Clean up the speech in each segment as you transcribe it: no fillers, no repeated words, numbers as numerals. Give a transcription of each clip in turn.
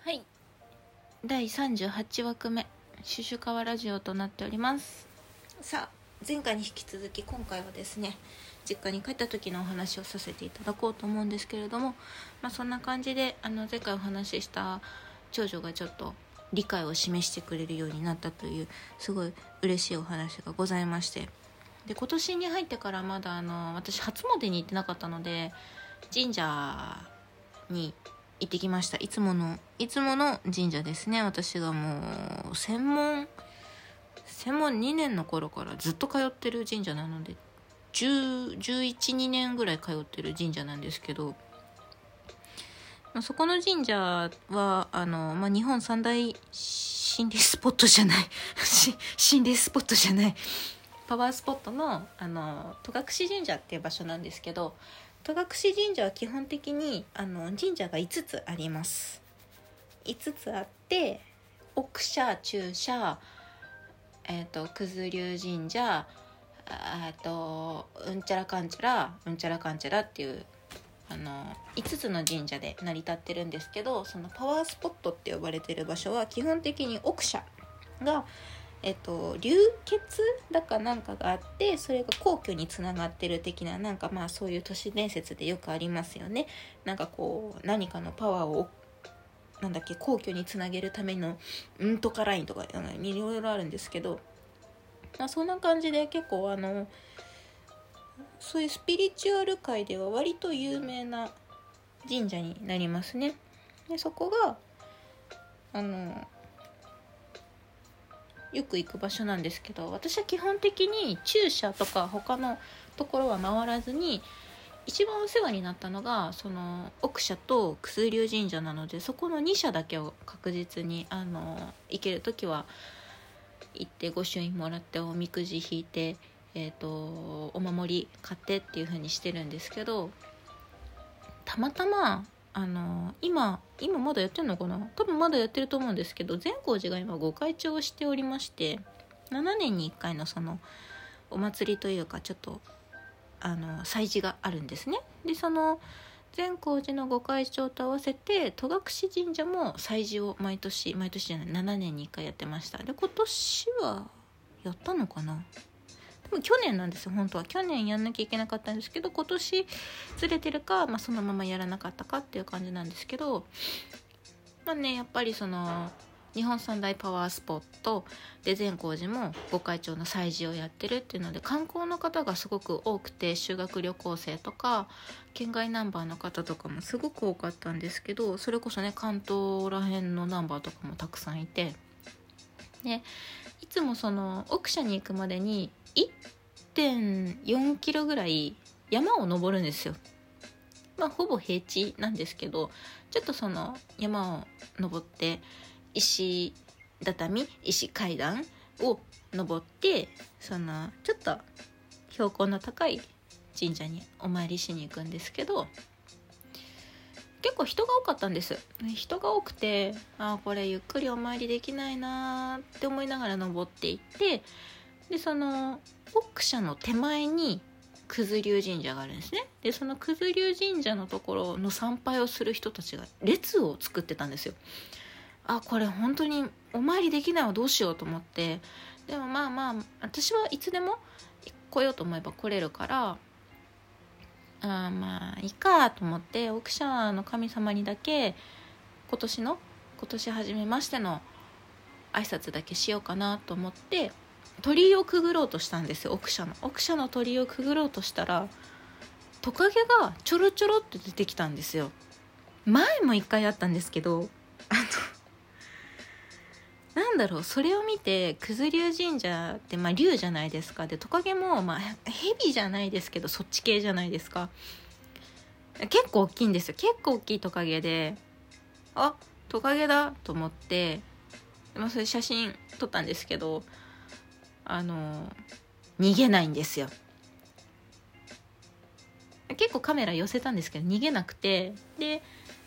はい、第38枠目シュシュカワラジオとなっております。さあ、前回に引き続き今回はですね、実家に帰った時のお話をさせていただこうと思うんですけれども、そんな感じで前回お話しした長女がちょっと理解を示してくれるようになったというすごい嬉しいお話がございまして、で今年に入ってからまだ私初詣に行ってなかったので、神社に行ってきました。いつもの神社ですね。私がもう専門2年の頃からずっと通ってる神社なので、11、2年ぐらい通ってる神社なんですけど、そこの神社は日本三大心霊スポットじゃない心霊スポットじゃないパワースポットの戸隠神社っていう場所なんですけど、戸隠神社は基本的に神社が5つあります。5つあって、奥社、中社、九頭龍神社、うんちゃらかんちゃらっていう5つの神社で成り立ってるんですけど、そのパワースポットって呼ばれてる場所は基本的に奥社が流血だかなんかがあって、それが皇居につながってる的な、そういう都市伝説でよくありますよね。何かのパワーを皇居につなげるためのうんとかラインとかいろいろあるんですけど、そんな感じで結構そういうスピリチュアル界では割と有名な神社になりますね。でそこがよく行く場所なんですけど、私は基本的に中社とか他のところは回らずに、一番お世話になったのがその奥社と九頭龍神社なので、そこの2社だけを確実に行けるときは行って御朱印もらっておみくじ引いて、お守り買ってっていう風にしてるんですけど、たまたま今まだやってるのかな、多分まだやってると思うんですけど、善光寺が今ご開帳をしておりまして、7年に1回のそのお祭りというか、ちょっと祭事があるんですね。でその善光寺のご開帳と合わせて戸隠神社も祭事を毎年じゃない7年に1回やってました。で今年はやったのかな、でも去年なんですよ。本当は去年やんなきゃいけなかったんですけど、今年ずれてるか、そのままやらなかったかっていう感じなんですけど、やっぱりその日本三大パワースポットで善光寺も御開帳の祭事をやってるっていうので、観光の方がすごく多くて、修学旅行生とか県外ナンバーの方とかもすごく多かったんですけど、それこそね、関東ら辺のナンバーとかもたくさんいて、でいつもその奥社に行くまでに 1.4 キロぐらい山を登るんですよ。ほぼ平地なんですけど、ちょっとその山を登って石階段を登って、そのちょっと標高の高い神社にお参りしに行くんですけど、結構人が多かったんです。人が多くて、これゆっくりお参りできないなって思いながら登っていって、でその奥社の手前に九頭龍神社があるんですね。でその九頭龍神社のところの参拝をする人たちが列を作ってたんですよ。これ本当にお参りできないわ、どうしようと思って、でも私はいつでも来ようと思えば来れるから、いいかと思って、奥社の神様にだけ今年初めましての挨拶だけしようかなと思って鳥居をくぐろうとしたんですよ。奥社の鳥居をくぐろうとしたら、トカゲがちょろちょろって出てきたんですよ。前も一回あったんですけど、それを見て、九頭龍神社って龍じゃないですか。でトカゲも蛇じゃないですけど、そっち系じゃないですか。結構大きいんですよ。結構大きいトカゲで、トカゲだと思って、それ写真撮ったんですけど、逃げないんですよ。結構カメラ寄せたんですけど逃げなくて、で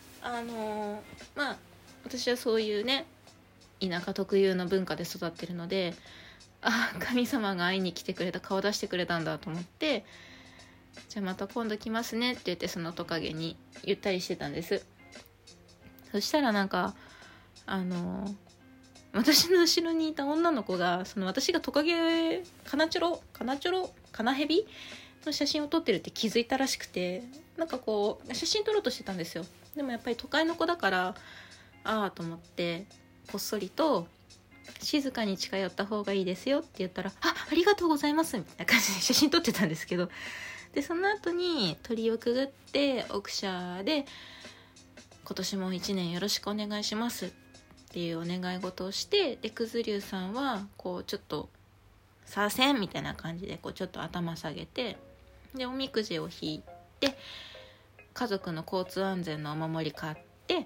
私はそういうね、田舎特有の文化で育ってるので、神様が会いに来てくれた、顔出してくれたんだと思って、じゃあまた今度来ますねって言って、そのトカゲに言ったりしてたんです。そしたら私の後ろにいた女の子が私がトカゲカナヘビの写真を撮ってるって気づいたらしくて、なんかこう写真撮ろうとしてたんですよ。でもやっぱり都会の子だからと思ってこっそりと静かに近寄った方がいいですよって言ったら、ありがとうございますみたいな感じで写真撮ってたんですけど、でその後に鳥をくぐって奥社で今年も1年よろしくお願いしますっていうお願い事をして、でくずりゅうさんはこうちょっとさあせんみたいな感じでこうちょっと頭下げて、でおみくじを引いて家族の交通安全のお守り買って、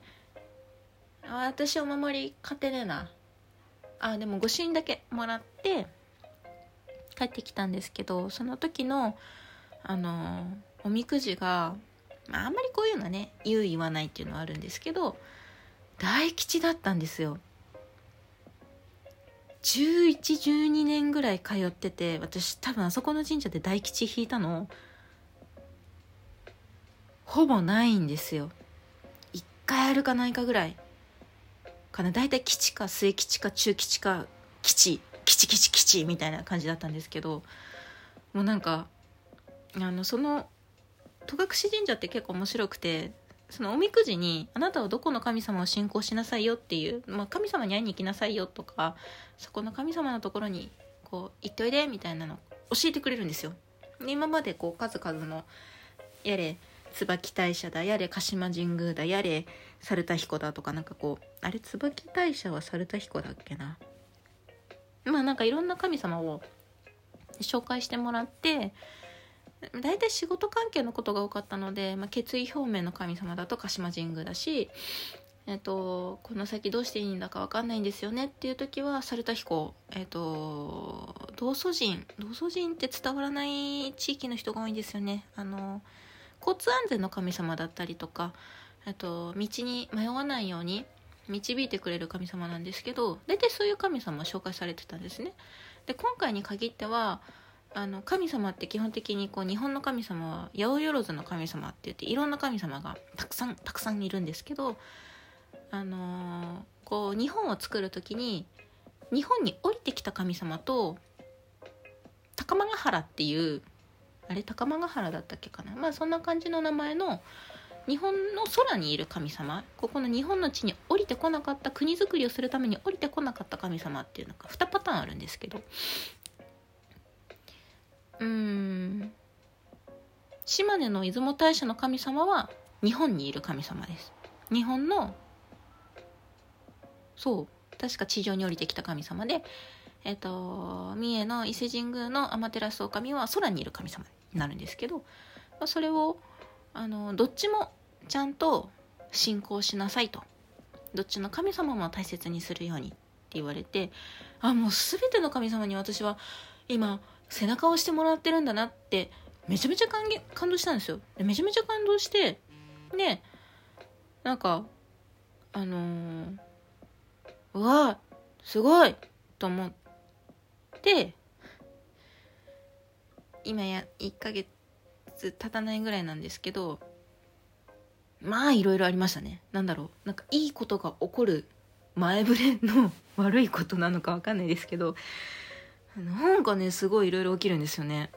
私お守り買ってねえな、でも御朱印だけもらって帰ってきたんですけど、その時のおみくじが、あんまりこういうのはね言う言わないっていうのはあるんですけど、大吉だったんですよ。11、12年ぐらい通ってて、私多分あそこの神社で大吉引いたのほぼないんですよ。1回あるかないかぐらいかな。だいたい吉か末吉か中吉か吉みたいな感じだったんですけど、もうなんかその戸隠神社って結構面白くて、そのおみくじにあなたはどこの神様を信仰しなさいよっていう、神様に会いに行きなさいよとか、そこの神様のところにこう行っておいでみたいなの教えてくれるんですよ。で今までこう数々のやれ椿大社だやれ鹿島神宮だやれ猿田彦だとか、なんかこうあれ椿大社は猿田彦だっけな、なんかいろんな神様を紹介してもらって、だいたい仕事関係のことが多かったので、決意表明の神様だと鹿島神宮だし、この先どうしていいんだか分かんないんですよねっていう時は猿田彦、道祖神って伝わらない地域の人が多いんですよね。交通安全の神様だったりとか、道に迷わないように導いてくれる神様なんですけど、大体そういう神様紹介されてたんですね。で今回に限っては神様って基本的にこう日本の神様は八百万の神様って言っていろんな神様がたくさんいるんですけど、こう日本を作る時に日本に降りてきた神様と高間ヶ原っていう、高間ヶ原だったっけかな、そんな感じの名前の日本の空にいる神様、ここの日本の地に降りてこなかった、国づくりをするために降りてこなかった神様っていうのが2パターンあるんですけど、島根の出雲大社の神様は日本にいる神様です。日本の確か地上に降りてきた神様で、三重の伊勢神宮の天照大神は空にいる神様になるんですけど、それをどっちもちゃんと信仰しなさいと、どっちの神様も大切にするようにって言われて、もう全ての神様に私は今背中を押してもらってるんだなってめちゃめちゃ感動したんですよ。でめちゃめちゃ感動して、でなんかうわすごいと思って今や1ヶ月経たないぐらいなんですけど、いろいろありましたね。なんかいいことが起こる前触れの悪いことなのか分かんないですけど、なんかねすごいいろいろ起きるんですよね。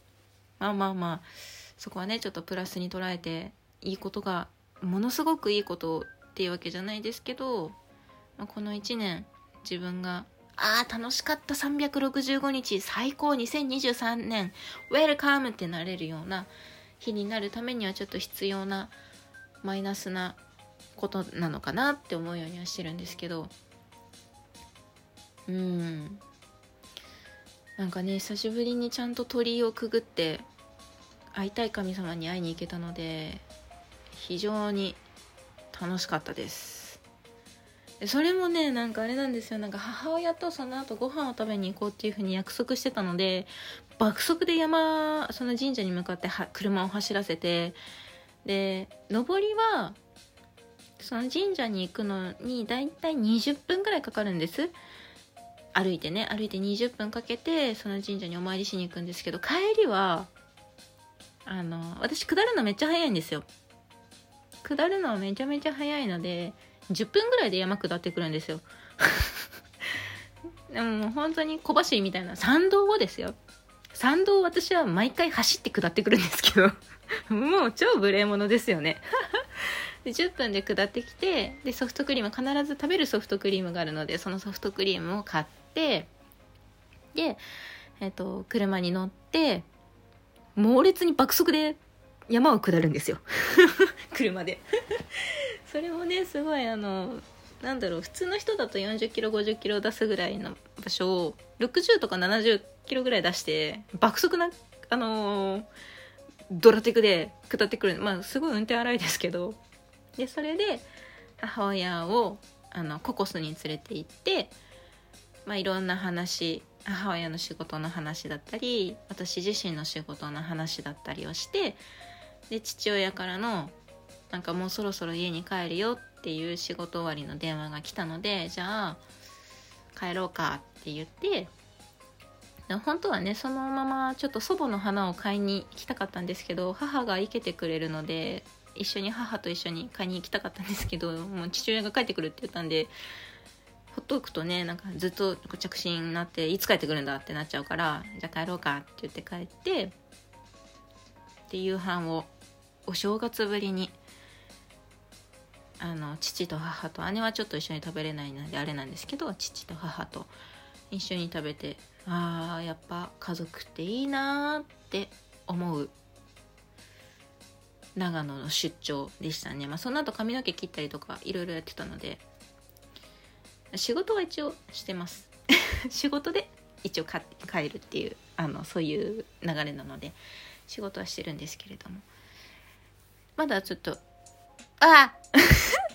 そこはねちょっとプラスに捉えて、いいことがものすごくいいことっていうわけじゃないですけど、この1年自分が楽しかった365日最高2023年ウェルカムってなれるような日になるためにはちょっと必要なマイナスなことなのかなって思うようにはしてるんですけど、なんかね久しぶりにちゃんと鳥居をくぐって会いたい神様に会いに行けたので非常に楽しかったです。それもねなんかあれなんですよ、なんか母親とその後ご飯を食べに行こうっていう風に約束してたので、爆速でその神社に向かって車を走らせて、で上りはその神社に行くのにだいたい20分ぐらいかかるんです。歩いて20分かけてその神社にお参りしに行くんですけど、帰りは私下るのめっちゃ早いんですよ。 下るのはめちゃめちゃ早いので10分ぐらいで山下ってくるんですよでも本当に小走りみたいな、山道をですよ、山道を私は毎回走って下ってくるんですけどもう超無礼者ですよねで10分で下ってきて、でソフトクリーム、必ず食べるソフトクリームがあるので、そのソフトクリームを買って、で、車に乗って猛烈に爆速で山を下るんですよ車でそれもねすごいなんだろう、普通の人だと40キロ50キロ出すぐらいの場所を60とか70キロぐらい出して爆速なドラテクで下ってくる、まあすごい運転荒いですけど、でそれで母親をココスに連れて行って、まあいろんな話、母親の仕事の話だったり私自身の仕事の話だったりをして、で父親からのなんかもうそろそろ家に帰るよっていう仕事終わりの電話が来たので、じゃあ帰ろうかって言って、本当はねそのままちょっと祖母の花を買いに行きたかったんですけど、母が生けてくれるので母と一緒に買いに行きたかったんですけど、もう父親が帰ってくるって言ったんで、ほっとくとねなんかずっと着信になって、いつ帰ってくるんだってなっちゃうから、じゃあ帰ろうかって言って帰って、で夕飯をお正月ぶりに父と母と、姉はちょっと一緒に食べれないのであれなんですけど、父と母と一緒に食べて、やっぱ家族っていいなって思う長野の出張でしたね。その後髪の毛切ったりとかいろいろやってたので、仕事は一応してます仕事で一応帰るっていうそういう流れなので仕事はしてるんですけれども、まだちょっと